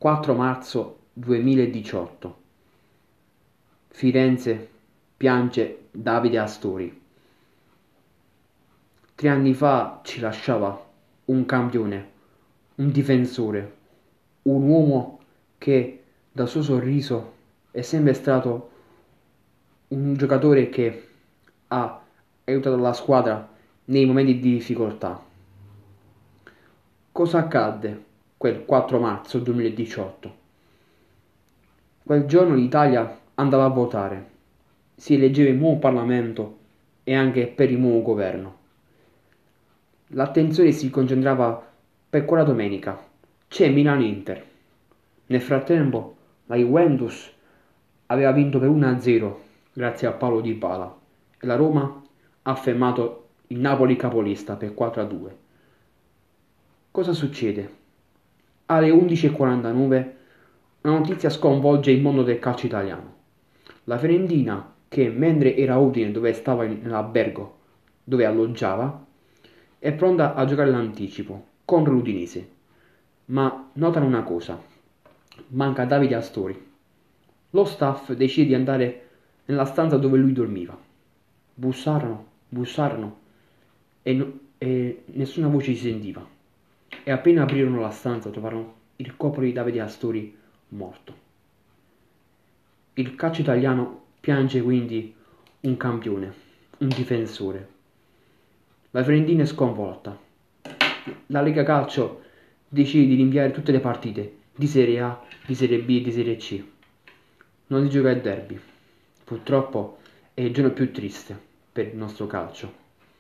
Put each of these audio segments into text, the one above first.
4 marzo 2018. Firenze piange Davide Astori. 3 anni fa ci lasciava un campione, un difensore, un uomo che dal suo sorriso è sempre stato un giocatore che ha aiutato la squadra nei momenti di difficoltà. Cosa accadde quel 4 marzo 2018? Quel giorno l'Italia andava a votare, si eleggeva il nuovo Parlamento e anche per il nuovo governo. L'attenzione si concentrava per quella domenica. C'è Milan-Inter. Nel frattempo la Juventus aveva vinto per 1-0 grazie a Paolo Dybala e la Roma ha fermato il Napoli capolista per 4-2. Cosa succede? Alle 11:49 una notizia sconvolge il mondo del calcio italiano. La Fiorentina, che mentre era a Udine dove stava nell'albergo dove alloggiava, è pronta a giocare l'anticipo contro l'Udinese. Ma notano una cosa: manca Davide Astori. Lo staff decide di andare nella stanza dove lui dormiva. Bussarono e nessuna voce si sentiva. E appena aprirono la stanza trovarono il corpo di Davide Astori morto. Il calcio italiano piange quindi un campione, un difensore. La Fiorentina è sconvolta. La Lega Calcio decide di rinviare tutte le partite di Serie A, di Serie B e di Serie C. Non si gioca il derby. Purtroppo è il giorno più triste per il nostro calcio.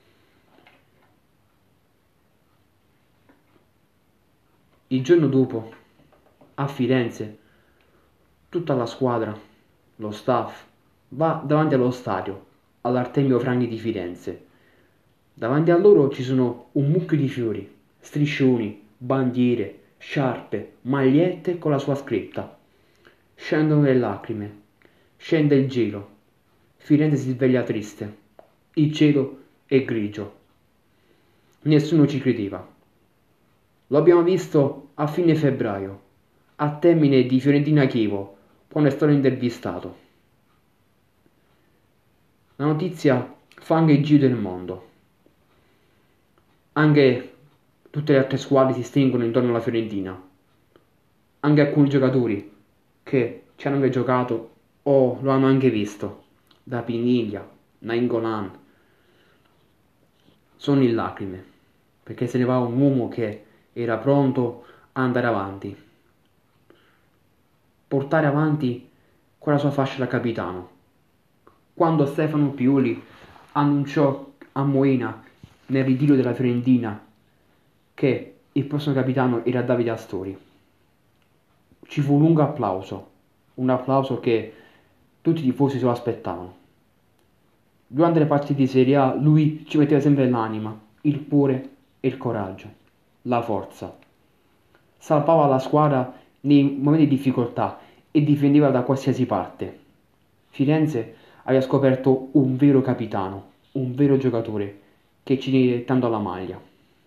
Il giorno dopo, a Firenze, tutta la squadra, lo staff, va davanti allo stadio, all'Artemio Franchi di Firenze. Davanti a loro ci sono un mucchio di fiori, striscioni, bandiere, sciarpe, magliette con la sua scritta. Scendono le lacrime, scende il gelo. Firenze si sveglia triste. Il cielo è grigio. Nessuno ci credeva. Lo abbiamo visto a fine febbraio, a Termine di Fiorentina Chievo, quando è stato intervistato. La notizia fa anche il giro del mondo. Anche tutte le altre squadre si stringono intorno alla Fiorentina. Anche alcuni giocatori che ci hanno anche giocato o lo hanno anche visto, da Piniglia, Nainggolan, sono in lacrime, perché se ne va un uomo che era pronto a andare avanti, portare avanti quella sua fascia da capitano. Quando Stefano Pioli annunciò a Moena nel ritiro della Fiorentina che il prossimo capitano era Davide Astori, ci fu un lungo applauso, un applauso che tutti i tifosi se lo aspettavano. Durante le partite di Serie A lui ci metteva sempre l'anima, il cuore e il coraggio, la forza. Salvava la squadra nei momenti di difficoltà e difendeva da qualsiasi parte. Firenze aveva scoperto un vero capitano, un vero giocatore che ci tiene tanto alla maglia.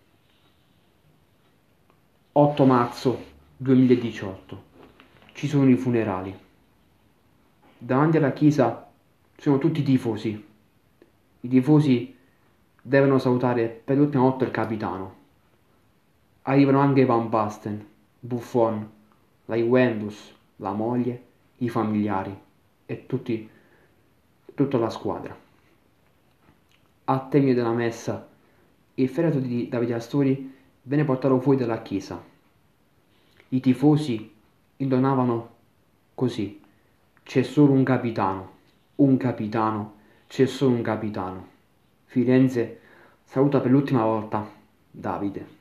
8 marzo 2018. Ci sono i funerali. Davanti alla chiesa ci sono tutti i tifosi. I tifosi devono salutare per l'ultima volta il capitano. Arrivano anche Van Basten, Buffon, la Juventus, la moglie, i familiari e tutta la squadra. Al termine della messa, il feretro di Davide Astori venne portato fuori dalla chiesa. I tifosi intonavano così: c'è solo un capitano, c'è solo un capitano. Firenze saluta per l'ultima volta Davide.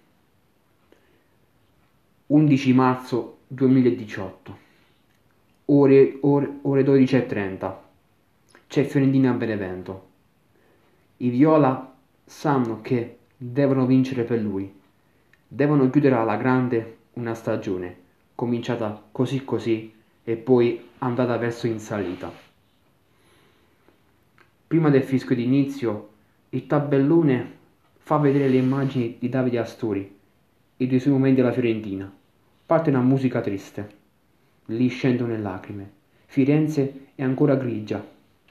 11 marzo 2018, ore 12:30, c'è Fiorentina a Benevento. I viola sanno che devono vincere per lui, devono chiudere alla grande una stagione cominciata così e poi andata verso in salita. Prima del fischio d'inizio, il tabellone fa vedere le immagini di Davide Astori e dei suoi momenti alla Fiorentina. Parte una musica triste. lì scendono le lacrime. Firenze è ancora grigia.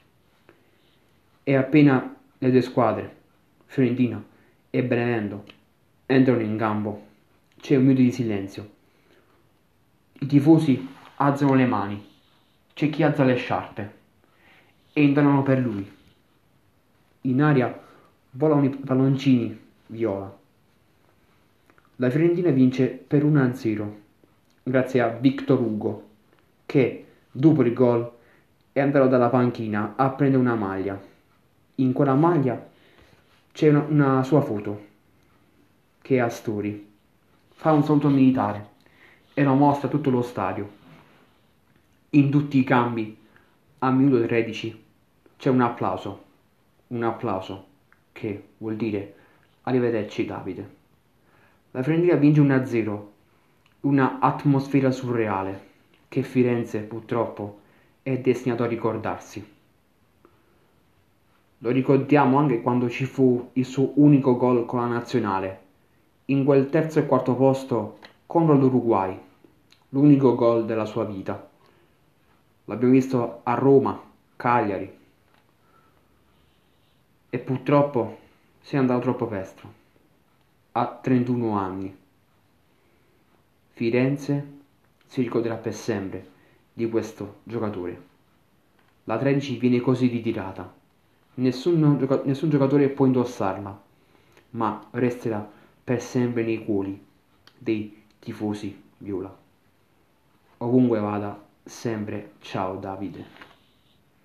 E appena le due squadre, Fiorentina e Benevento, entrano in campo, c'è un minuto di silenzio. I tifosi alzano le mani, c'è chi alza le sciarpe e intonano per lui. In aria volano i palloncini viola. La Fiorentina vince per 1-0 grazie a Victor Hugo che, dopo il gol, è andato dalla panchina a prendere una maglia. In quella maglia c'è una sua foto che è a Astori. Fa un saluto militare e lo mostra a tutto lo stadio. In tutti i cambi, a minuto 13, c'è un applauso che vuol dire arrivederci Davide. La Fiorentina vince 1-0, una atmosfera surreale che Firenze purtroppo è destinato a ricordarsi. Lo ricordiamo anche quando ci fu il suo unico gol con la nazionale, in quel terzo e quarto posto contro l'Uruguay, l'unico gol della sua vita. L'abbiamo visto a Roma, Cagliari e purtroppo si è andato troppo presto, a 31 anni. Firenze si ricorderà per sempre di questo giocatore. La 13 viene così ritirata. Nessun giocatore può indossarla, ma resterà per sempre nei cuori dei tifosi viola. Ovunque vada, sempre ciao Davide.